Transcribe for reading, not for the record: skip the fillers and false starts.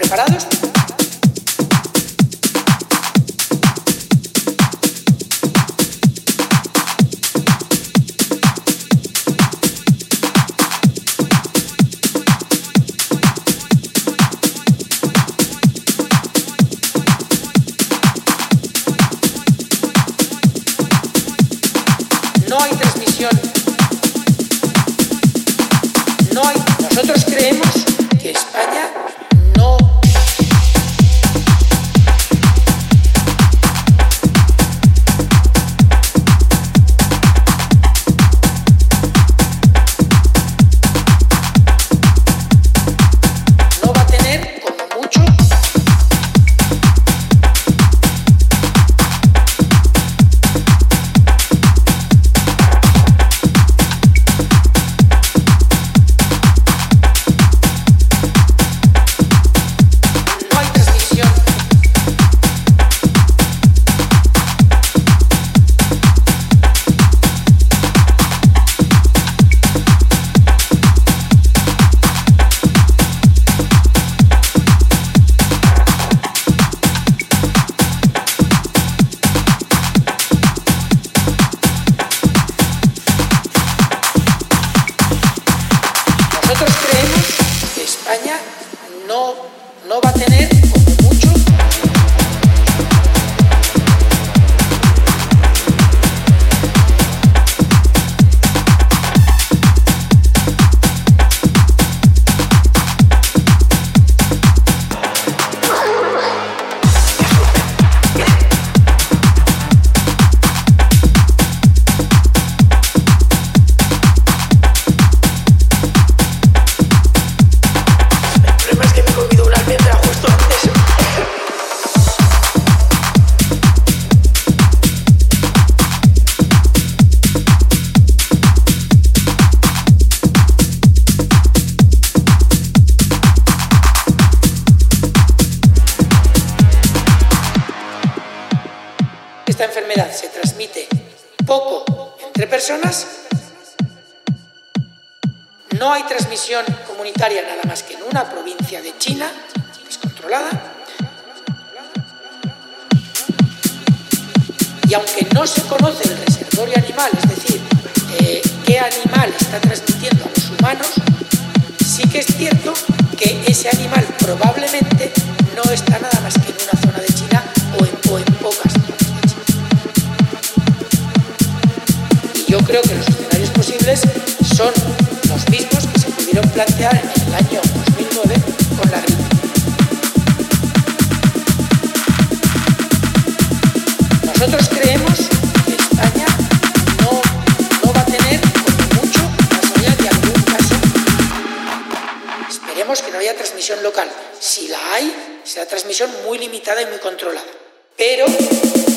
¿Preparados? No hay transmisión. Nosotros creemos que España no va a tener como mucho Nosotros creemos que España no va a tener como mucho esta enfermedad se transmite poco entre personas, no hay transmisión comunitaria nada más que en una provincia de China, descontrolada, y aunque no se conoce el reservorio animal, es decir, qué animal está transmitiendo a los humanos, sí que es cierto que ese animal probablemente no está nada más que en una zona de China o en pocas zonas de China. Y yo creo que los escenarios posibles son los mismos que se pudieron plantear en el año 2009 con la gripe. Nosotros creemos que España no va a tener como mucho más allá de algún caso. Esperemos que no haya transmisión local. Si la hay, será transmisión muy limitada y muy controlada. Pero